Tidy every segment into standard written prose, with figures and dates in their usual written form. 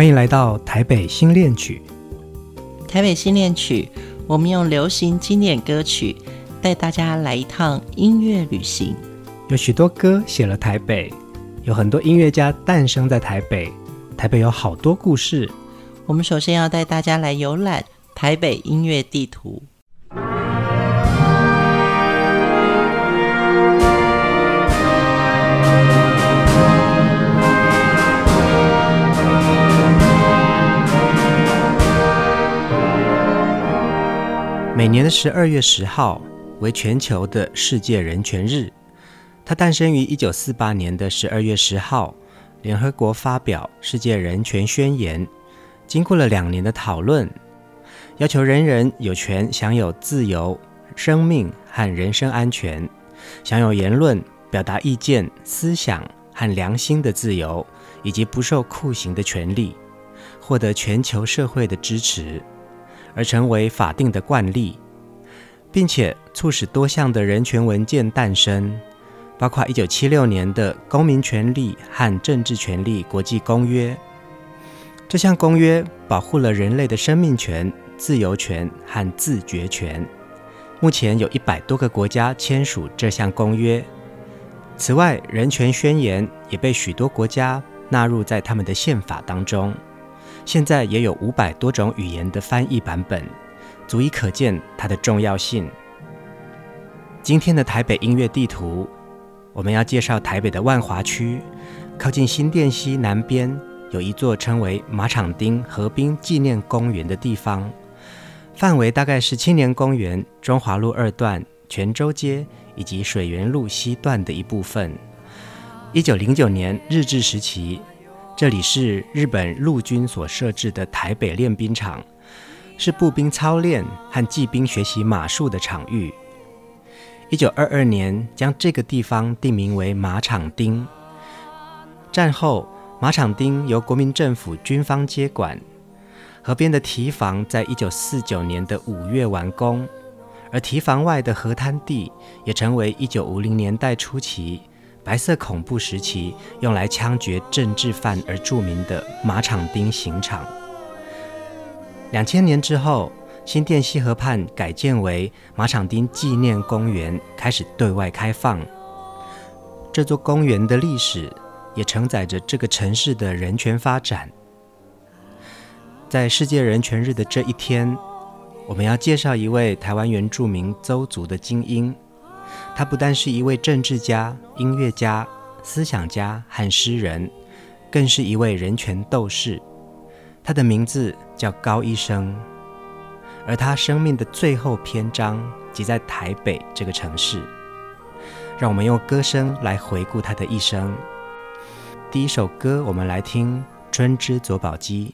欢迎来到台北新恋曲。 台北新恋曲，我们用流行经典歌曲带大家来一趟音乐旅行。 有许多歌写了台北，有很多音乐家诞生在台北，台北有好多故事。 我们首先要带大家来游览台北音乐地图。 每年的12月10号为全球的世界人权日。它诞生于1948年的12月10号，联合国发表世界人权宣言，经过了2年的讨论，要求人人有权享有自由、生命和人身安全，享有言论、表达意见、思想和良心的自由，以及不受酷刑的权利，获得全球社会的支持，而成为法定的惯例，并且促使多项的人权文件诞生，包括1976年的《公民权利和政治权利国际公约》。这项公约保护了人类的生命权、自由权和自决权。目前有100多个国家签署这项公约。此外，人权宣言也被许多国家纳入在他们的宪法当中。现在也有500多种语言的翻译版本，足以可见它的重要性。今天的台北音乐地图，我们要介绍台北的万华区，靠近新店溪南边有一座称为马场町河滨纪念公园的地方，范围大概是青年公园、中华路2段、泉州街以及水源路西段的一部分。1909年日治时期，这里是日本陆军所设置的台北练兵场，是步兵操练和骑兵学习马术的场域。1922年将这个地方定名为马场町。战后，马场町由国民政府军方接管，河边的堤防在1949年的5月完工，而堤防外的河滩地也成为1950年代初期白色恐怖时期用来枪决政治犯而著名的马场町刑场。2000年之后，新店溪河畔改建为马场町纪念公园，开始对外开放。这座公园的历史也承载着这个城市的人权发展。在世界人权日的这一天，我们要介绍一位台湾原住民邹族的精英。他不但是一位政治家、音乐家、思想家和诗人，更是一位人权斗士。他的名字叫高一生，而他生命的最后篇章即在台北这个城市。让我们用歌声来回顾他的一生。第一首歌，我们来听《春之佐保姬》。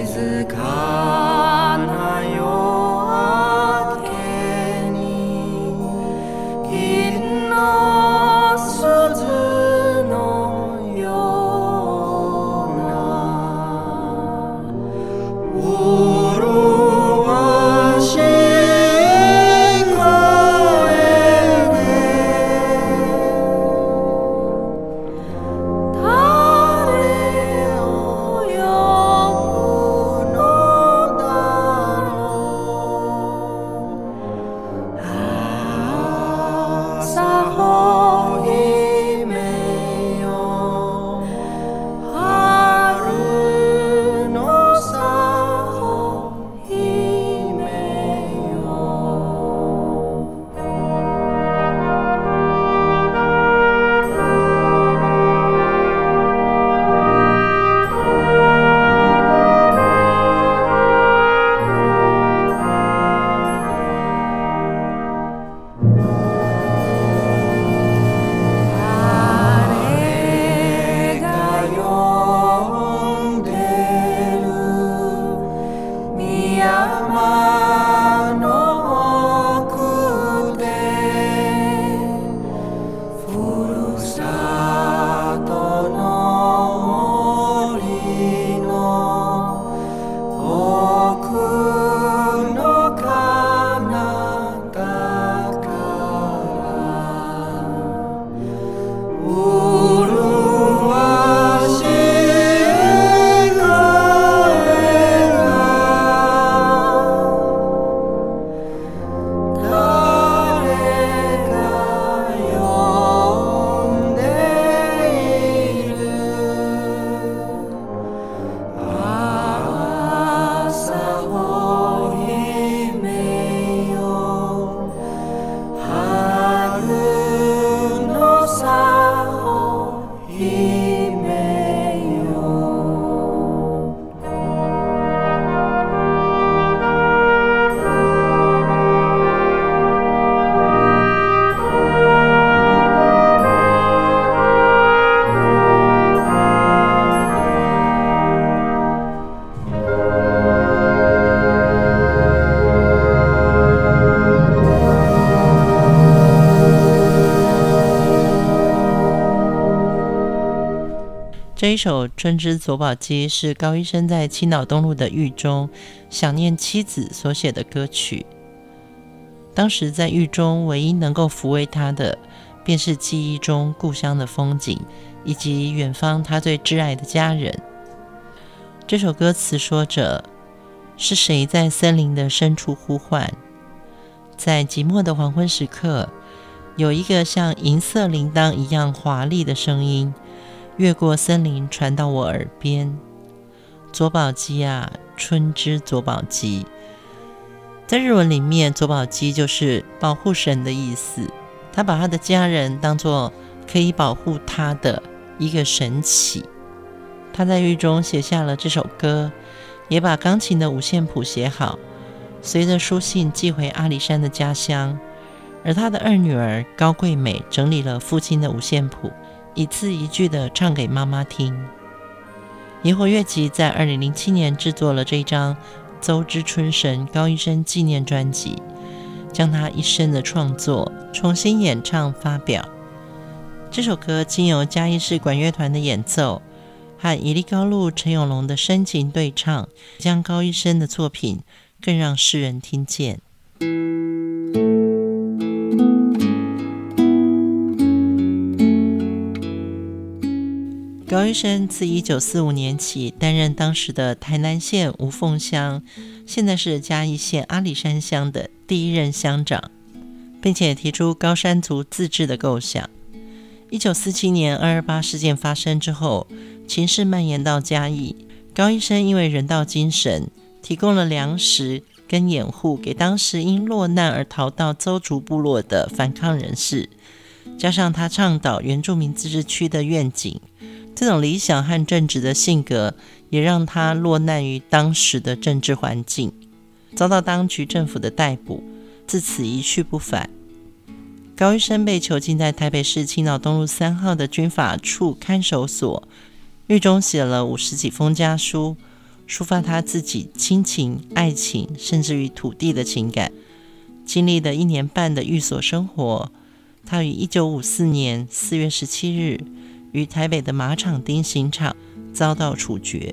づかな夜明けに銀の鈴のような麗しい声で誰を呼ぶのだろう。朝穂姫よ春のさ穂姫誰が呼んでる深山の奥でふるさとの森の奥の彼方から麗しい声が誰が呼んでいる。朝穂姫よ春のさ穂姫よ。 这一首《春之佐保姬》是高医生在青岛东路的狱中想念妻子所写的歌曲。当时在狱中唯一能够抚慰他的，便是记忆中故乡的风景，以及远方他最挚爱的家人。这首歌词说着，是谁在森林的深处呼唤？在寂寞的黄昏时刻，有一个像银色铃铛一样华丽的声音越过森林传到我耳边。佐保姬啊，春之佐保姬。在日文里面，佐保姬就是保护神的意思。他把他的家人当作可以保护他的一个神祇。他在狱中写下了这首歌，也把钢琴的五线谱写好，随着书信寄回阿里山的家乡。而他的二女儿高桂美整理了父亲的五线谱，一字一句地唱给妈妈听。野火乐集在2007年制作了这一张邹之春神高医生纪念专辑，将他一生的创作重新演唱发表。这首歌经由嘉义市管乐团的演奏和宜力高路陈永龙的深情对唱，将高医生的作品更让世人听见。高医生自1945年起担任当时的台南县吴凤乡，现在是嘉义县阿里山乡的第一任乡长，并且提出高山族自治的构想。1947年228事件发生之后，情势蔓延到嘉义，高医生因为人道精神，提供了粮食跟掩护给当时因落难而逃到邹族部落的反抗人士，加上他倡导原住民自治区的愿景，这种理想和正直的性格也让他落难于当时的政治环境，遭到当局政府的逮捕，自此一去不返。高医生被囚禁在台北市青岛东路3号的军法处看守所，狱中写了50几封家书， 抒发他自己亲情、爱情，甚至于土地的情感。经历了1年半的寓所生活，他于1954年4月17日于台北的马场町刑场遭到处决。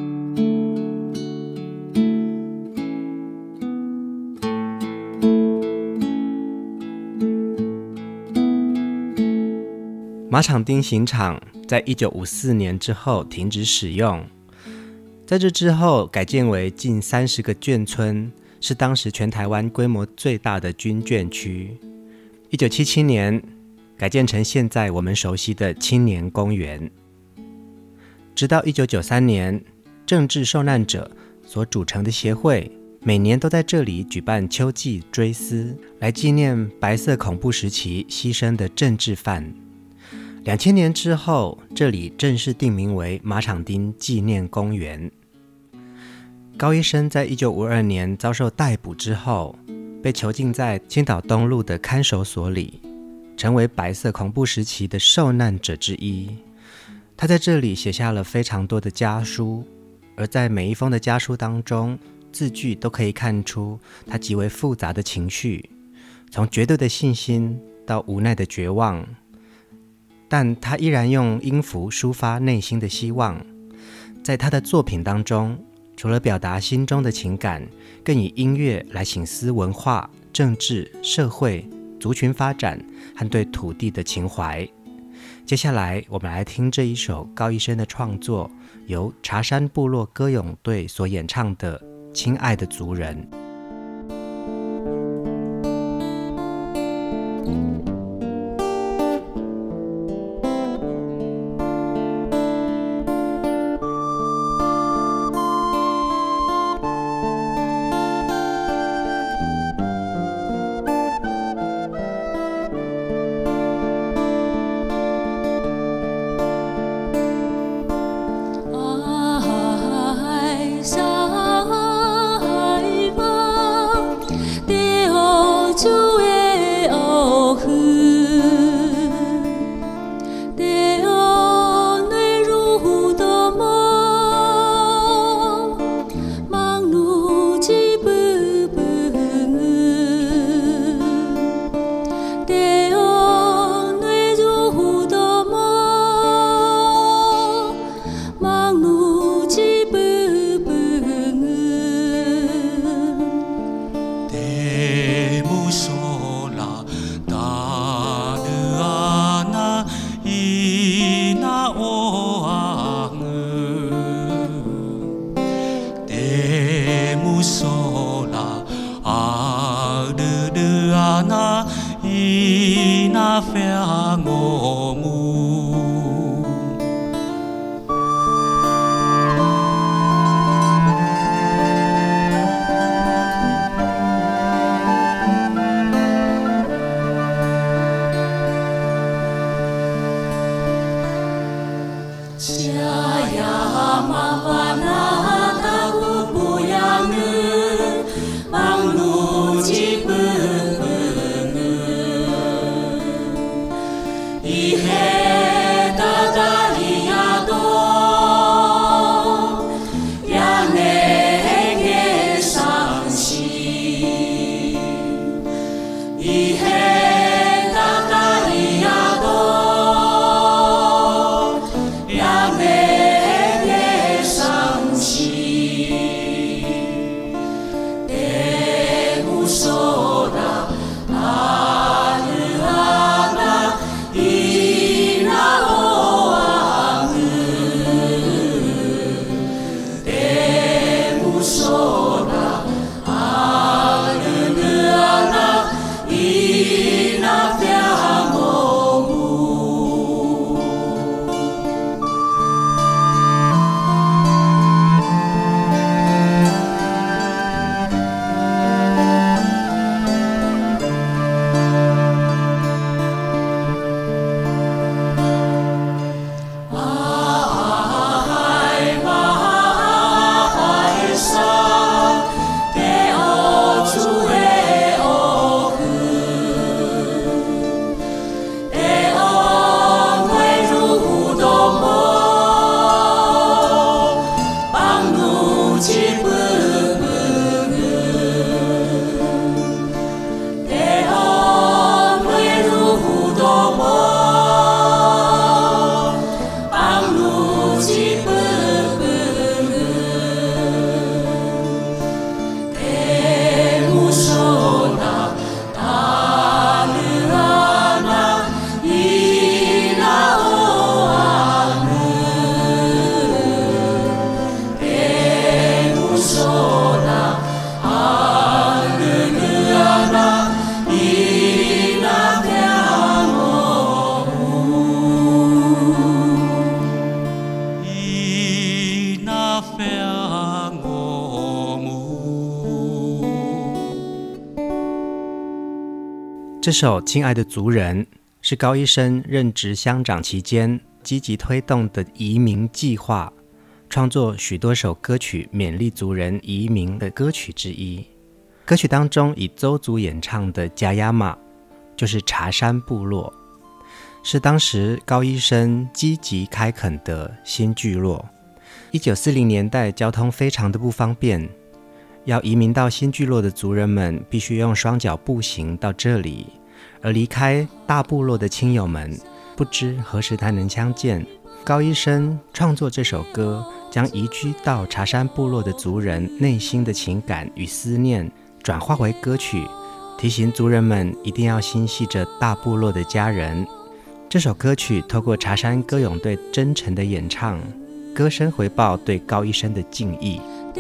马场町刑场在1954年之后停止使用，在这之后改建为近30个眷村，是当时全台湾规模最大的军眷区。1977年改建成现在我们熟悉的青年公园。直到1993年，政治受难者所组成的协会每年都在这里举办秋季追思，来纪念白色恐怖时期牺牲的政治犯。2000年之后，这里正式定名为马场町纪念公园。高一生在1952年遭受逮捕之后，被囚禁在青岛东路的看守所里，成为白色恐怖时期的受难者之一。他在这里写下了非常多的家书，而在每一封的家书当中，字句都可以看出他极为复杂的情绪，从绝对的信心到无奈的绝望，但他依然用音符抒发内心的希望。在他的作品当中，除了表达心中的情感，更以音乐来省思文化、政治、社会、族群发展和对土地的情怀。接下来我们来听这一首高一生的创作，由茶山部落歌咏队所演唱的《亲爱的族人》。 这首《亲爱的族人》是高医生任职乡长期间积极推动的移民计划，创作许多首歌曲勉励族人移民的歌曲之一。歌曲当中以邹族演唱的加亚玛，就是茶山部落，是当时高医生积极开垦的新聚落。1940年代交通非常的不方便，要移民到新聚落的族人们必须用双脚步行到这里，而离开大部落的亲友们不知何时才能相见。高医生创作这首歌，将移居到茶山部落的族人内心的情感与思念转化为歌曲，提醒族人们一定要心系着大部落的家人。这首歌曲透过茶山歌咏队真诚的演唱，歌声回报对高医生的敬意。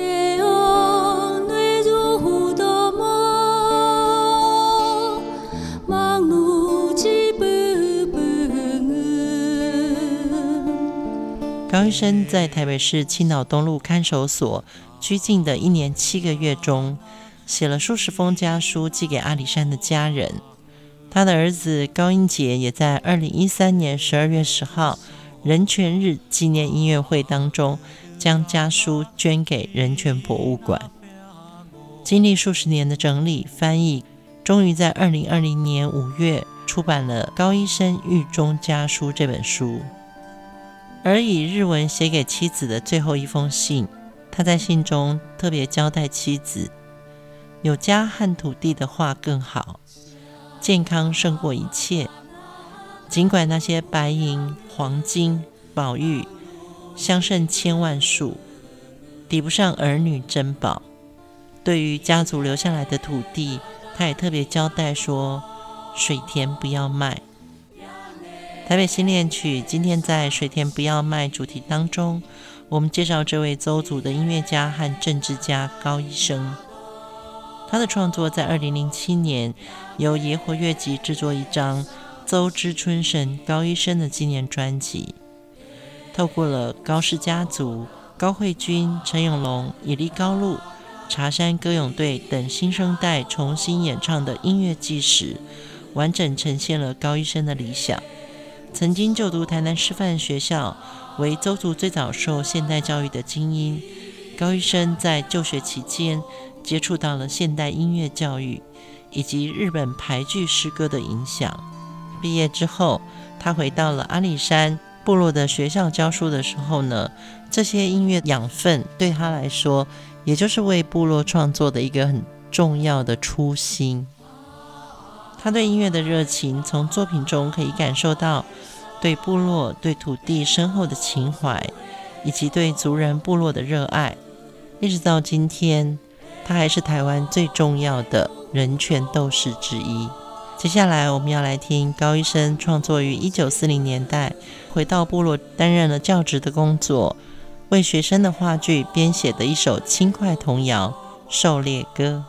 高医生在台北市青岛东路看守所拘禁的1年7个月中，写了数十封家书寄给阿里山的家人。他的儿子高英杰也在2013年12月10号人权日纪念音乐会当中，将家书捐给人权博物馆。经历数十年的整理翻译，终于在2020年5月出版了《高医生狱中家书》这本书。而以日文写给妻子的最后一封信，他在信中特别交代妻子，有家和土地的话更好，健康胜过一切。尽管那些白银、黄金、宝玉相胜千万数，抵不上儿女珍宝。对于家族留下来的土地，他也特别交代说，水田不要卖。台北新恋曲今天在水田不要卖主题当中，我们介绍这位邹族的音乐家和政治家高医生。他的创作在2007年由野火乐集制作一张邹之春神高医生的纪念专辑，透过了高氏家族、高慧君、陈永龙、以利高路、茶山歌咏队等新生代重新演唱的音乐纪实，完整呈现了高医生的理想。曾经就读台南师范学校，为邹族最早受现代教育的精英，高医生在就学期间接触到了现代音乐教育以及日本排剧诗歌的影响。毕业之后，他回到了阿里山部落的学校教书的时候呢，这些音乐养分对他来说，也就是为部落创作的一个很重要的初心。他对音乐的热情，从作品中可以感受到对部落、对土地深厚的情怀，以及对族人部落的热爱。一直到今天，他还是台湾最重要的人权斗士之一。接下来我们要来听高医生创作于1940年代，回到部落担任了教职的工作，为学生的话剧编写的一首轻快童谣《狩猎歌》。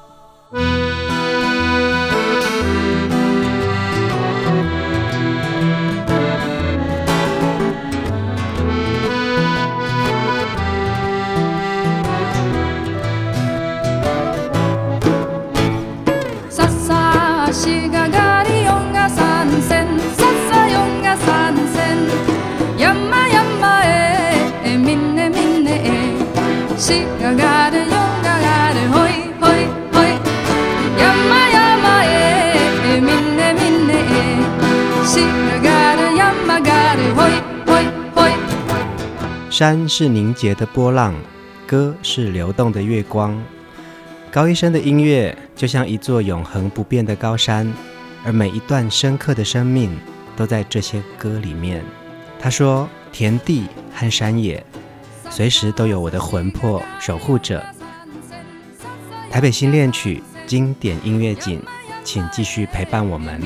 山是凝结的波浪，歌是流动的月光。高医生的音乐就像一座永恒不变的高山，而每一段深刻的生命都在这些歌里面。他说，田地和山野随时都有我的魂魄守护着。台北新恋曲经典音乐景，请继续陪伴我们。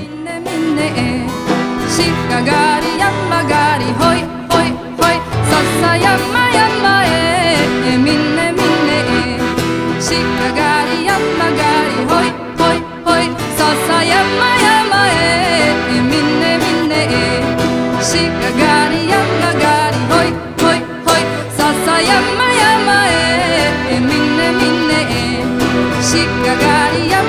Shikagari